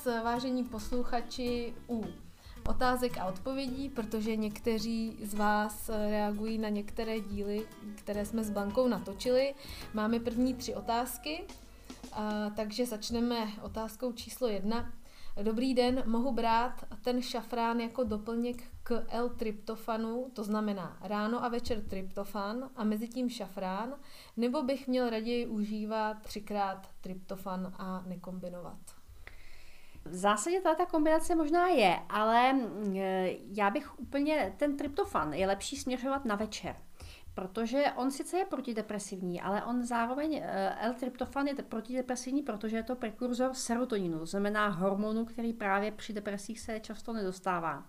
vás, vážení posluchači, u otázek a odpovědí, protože někteří z vás reagují na některé díly, které jsme s Blankou natočili. Máme první 3 otázky, takže začneme otázkou číslo 1. Dobrý den, mohu brát ten šafrán jako doplněk k L-tryptofanu, to znamená ráno a večer tryptofan a mezi tím šafrán, nebo bych měl raději užívat 3x tryptofan a nekombinovat? V zásadě ta kombinace možná je, ale já bych úplně, ten tryptofan je lepší směřovat na večer. Protože on sice je protidepresivní, ale on zároveň, L-tryptofan je protidepresivní, protože je to prekurzor serotoninu, to znamená hormonu, který právě při depresích se často nedostává.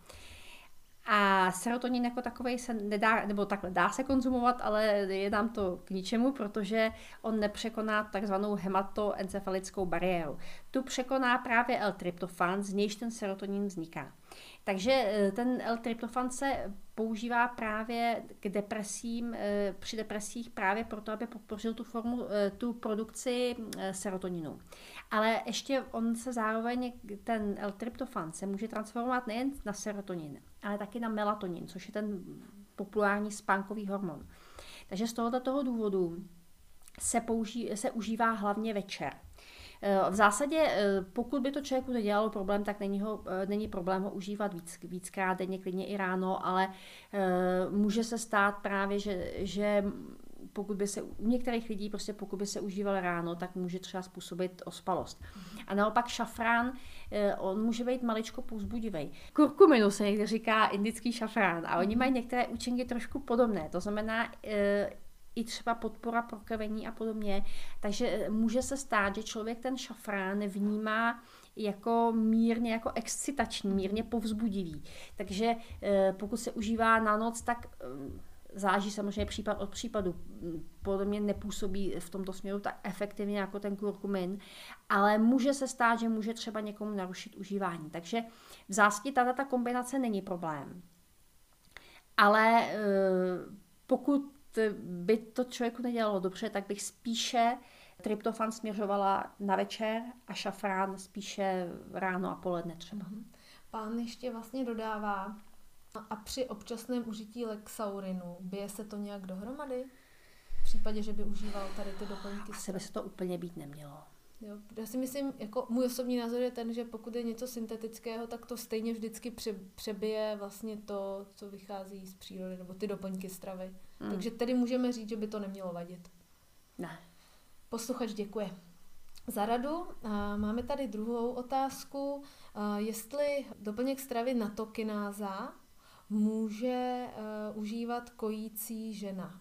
A serotonin jako takovej se nedá, nebo takhle dá se konzumovat, ale je nám to k ničemu, protože on nepřekoná takzvanou hematoencefalickou bariéru. Tu překoná právě L-tryptofan, z nějž ten serotonin vzniká. Takže ten L-tryptofan se používá právě k depresím, při depresích právě proto, aby podpořil tu produkci serotoninu. Ale ještě on se zároveň, ten L-tryptofan se může transformovat nejen na serotonin, ale taky na melatonin, což je ten populární spánkový hormon. Takže z tohoto důvodu se užívá hlavně večer. V zásadě, pokud by to člověku nedělalo problém, tak není problém ho užívat víckrát denně, klidně i ráno, ale může se stát právě, že pokud by se u některých lidí, prostě pokud by se užíval ráno, tak může třeba způsobit ospalost. A naopak šafrán, on může být maličko povzbudivý. Kurkuminu se někdy říká indický šafrán a oni mají některé účinky trošku podobné, to znamená i třeba podpora prokrvení a podobně. Takže může se stát, že člověk ten šafrán vnímá jako mírně jako excitační, mírně povzbudivý. Takže pokud se užívá na noc, tak záleží samozřejmě případ od případu. Podle mě nepůsobí v tomto směru tak efektivně jako ten kurkumin, ale může se stát, že může třeba někomu narušit užívání. Takže v zásadě ta kombinace není problém. Ale pokud by to člověku nedělalo dobře, tak bych spíše tryptofan směřovala na večer a šafrán spíše ráno a poledne třeba. Pán ještě vlastně dodává, a při občasném užití Lexaurinu bije se to nějak dohromady? V případě, že by užíval tady ty doplňky? Asi by se to úplně být nemělo. Jo, já si myslím, jako můj osobní názor je ten, že pokud je něco syntetického, tak to stejně vždycky přebije vlastně to, co vychází z přírody, nebo ty doplňky stravy. Takže tedy můžeme říct, že by to nemělo vadit. Ne. Posluchač děkuje za radu. Máme tady druhou otázku. Jestli doplněk stravy natokináza může užívat kojící žena?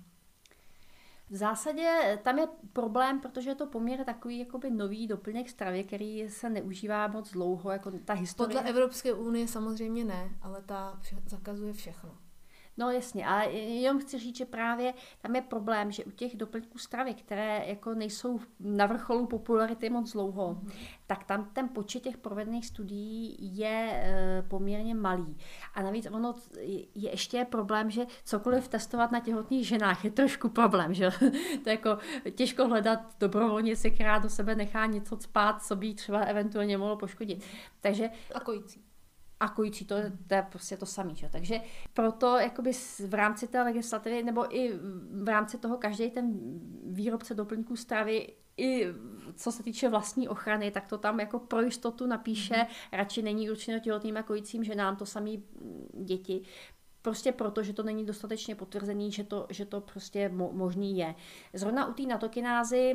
V zásadě tam je problém, protože je to poměrně takový jakoby nový doplněk stravy, který se neužívá moc dlouho, jako ta historie. Podle Evropské unie samozřejmě ne, ale ta zakazuje všechno. No jasně, ale jenom chci říct, že právě tam je problém, že u těch doplňků stravy, které jako nejsou na vrcholu popularity moc dlouho, tak tam ten počet těch provedených studií je poměrně malý. A navíc ono je ještě problém, že cokoliv testovat na těhotných ženách je trošku problém, že to je jako těžko hledat dobrovolnici, která do sebe nechá něco cpát, co by třeba eventuálně mohlo poškodit. Takže a kojící, to je prostě to samé. Takže proto jakoby v rámci té legislativy nebo i v rámci toho každý ten výrobce doplňků stravy i co se týče vlastní ochrany, tak to tam jako pro jistotu napíše, radši není určeno těhotným a kojícím ženám, to samý děti. Prostě proto, že to není dostatečně potvrzený, že to prostě možný je. Zrovna u té natokinázy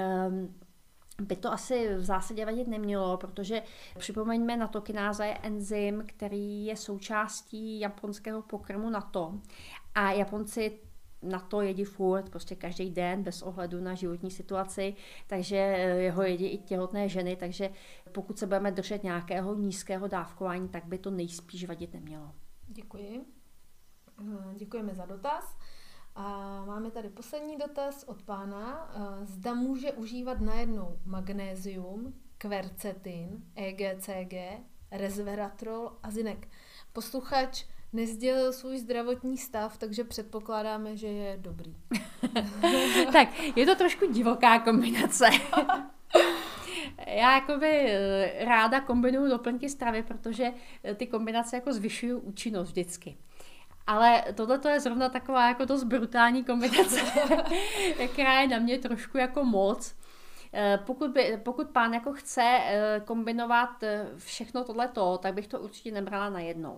by to asi v zásadě vadit nemělo, protože připomeňme, natokináza je enzym, který je součástí japonského pokrmu natto. A Japonci natto jedí furt, prostě každý den, bez ohledu na životní situaci, takže jeho jedí i těhotné ženy, takže pokud se budeme držet nějakého nízkého dávkování, tak by to nejspíš vadit nemělo. Děkuji. Děkujeme za dotaz. A máme tady poslední dotaz od pána. Zda může užívat najednou magnézium, kvercetin, EGCG, resveratrol a zinek. Posluchač nesdělil svůj zdravotní stav, takže předpokládáme, že je dobrý. Tak, je to trošku divoká kombinace. Já jakoby ráda kombinuju doplňky stravy, protože ty kombinace jako zvyšují účinnost vždycky. Ale tohle je zrovna taková jako dost brutální kombinace, která je na mě trošku jako moc. Pokud pán jako chce kombinovat všechno tohleto, tak bych to určitě nebrala najednou.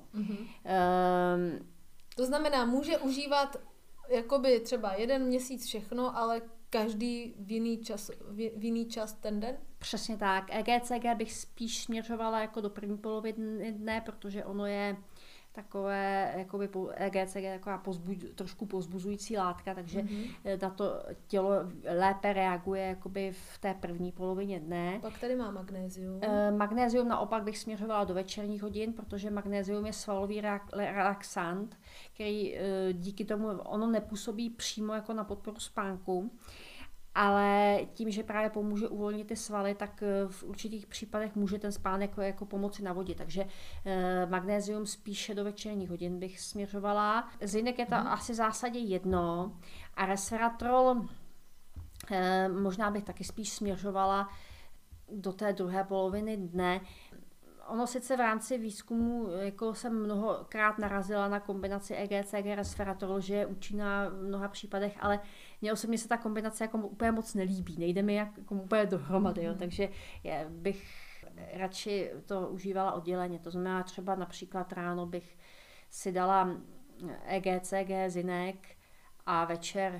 To znamená, může užívat jakoby třeba 1 měsíc všechno, ale každý v jiný čas ten den? Přesně tak. EGCG bych spíš směřovala jako do první poloviny dne, protože ono je takové, jakoby EGCG je taková trošku pozbuzující látka, takže na to tělo lépe reaguje jakoby v té první polovině dne. Pak tady má magnézium. Magnézium naopak bych směřovala do večerních hodin, protože magnézium je svalový relaxant, který díky tomu ono nepůsobí přímo jako na podporu spánku, ale tím, že právě pomůže uvolnit ty svaly, tak v určitých případech může ten spánek jako pomoci navodit. Takže magnézium spíše do večerních hodin bych směřovala. Zinek je to asi v zásadě jedno a resveratrol možná bych taky spíš směřovala do té druhé poloviny dne. Ono sice v rámci výzkumu jako jsem mnohokrát narazila na kombinaci EGCG resveratrol, že je účinná v mnoha případech, ale mně osobně se ta kombinace jako úplně moc nelíbí, nejde mi jako úplně dohromady, jo, takže bych radši to užívala odděleně. To znamená třeba například ráno bych si dala EGCG, zinek a večer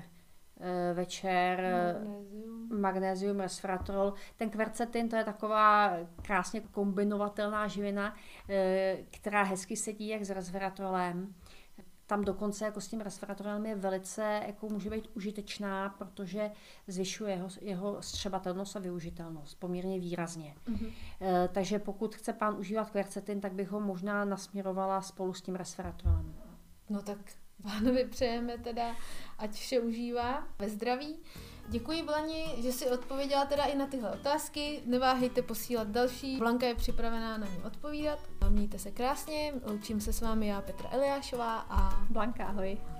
magnézium, resveratrol. Ten kvercetin, to je taková krásně kombinovatelná živina, která hezky sedí jak s resveratrolem. Tam dokonce jako s tím resveratrolem je velice, jako může být užitečná, protože zvyšuje jeho střebatelnost a využitelnost poměrně výrazně. Takže pokud chce pán užívat kvercetin, tak bych ho možná nasměrovala spolu s tím resveratrolem. No tak pánovi přejeme teda, ať vše užívá ve zdraví. Děkuji Blani, že si odpověděla teda i na tyhle otázky. Neváhejte posílat další. Blanka je připravená na ně odpovídat. Mějte se krásně, loučím se s vámi já, Petra Eliášová a Blanka, ahoj.